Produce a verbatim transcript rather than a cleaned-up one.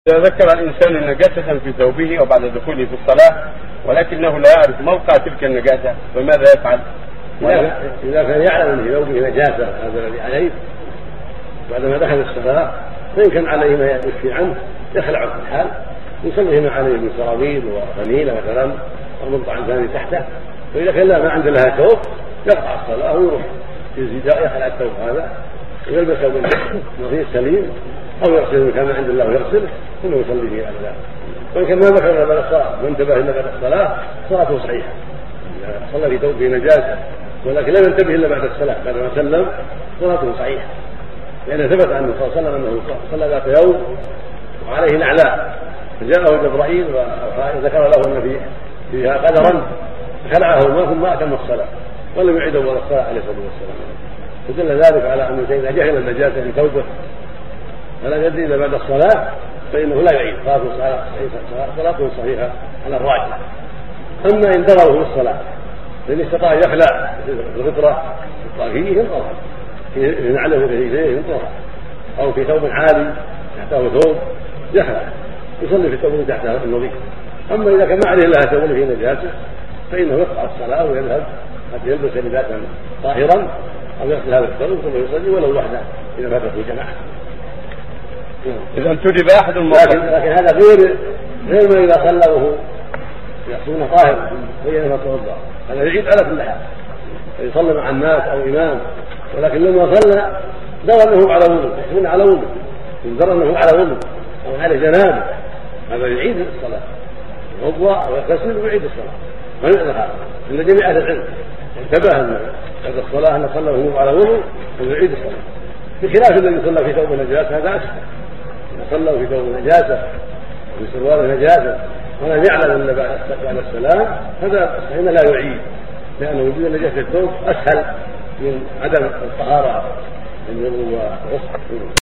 إذا ذكر الإنسان نجاسة في ثوبه وبعد دخوله في الصلاة ولكنه لا يعرف موقع تلك النجاسة فماذا يفعل؟ إذا كان يعلم أن في ثوبه نجاسة هذا الذي عليه بعدما دخل الصلاة فإن كان عليه ما يكفي عنه يخلع في الحال يصلي ما عليه من سراويل وغنيلة مثلا أو مقطع ثاني تحته، وإذا كان لا ما عنده لها ثوب يقطع الصلاة ويروح في الزجاج يخلع الثوب هذا ويلبس ثوب نظيف سليم أو يغسله كما عند الله يغسله ثم يصلي فيه على ذلك. وإن كان ما ذكر إلا بعد الصلاة وانتبه إلا بعد الصلاة صلاته صحيحة. إذا صلى في ثوبه نجاسة ولكن لم ينتبه إلا بعد الصلاة بعد ما سلم صلاته صحيحة، لأن ثبت عنه صلى الله عليه وسلم أنه صلى ذات يوم وعليه نعلاء فجاءه جبرائيل وذكر له أن فيها قدرا فخلعه الماء ثم أتم الصلاة ولم يعد أول الصلاة عليه الصلاة والسلام. فدل ذلك على أن إذا جهل النجاسة في ثوبه فلا يدري إلا بعد الصلاة فإنه لا يعيد صلاته صحيحة على الراجح. أما إن ضرره في الصلاة فإن استطاع يخلع الغطرة فيه ينطرح في نعله في يديه ينطرح أو في ثوب عالي تحته ثوب يخلع يصلي في الثوب تحته النظيف. أما إذا كان ما عليه لها ثوب فيه نجاسة فإنه يقطع الصلاة ويذهب حتى يلبس لباسا طاهرا أو يغسل هذا الثوب ثم يصلي ولو وحده إذا فاتته جماعة. إذا انتجب أحد الموقف لكن, لكن هذا غير غير ما إذا صلى وهو يحصلون طاهر بين ما توضأ هذا يعيد على كل حال يصلي مع الناس أو إمام، ولكن لما صلى درى أنه على وضوء يحسبون على وضوء درى أنه على وضوء أو على جنابه هذا يعيد الصلاة يوضأ ويغتسل ويعيد الصلاة ما يعيد هذا إن جميع أهل العلم انتبه أن بعد الصلاة أن صلى وهو على وضوء ويعيد الصلاة بخلاف الذي صلى في ثوب النجاسة هذا أسهل. صلوا في ثوب نجاسة وفي سروال نجاسة ولم يعلم الا بعد السلام هذا فإن لا يعيد، لأن وجود النجاسة في الثوب أسهل من عدم الطهارة من الوضوء والغسل.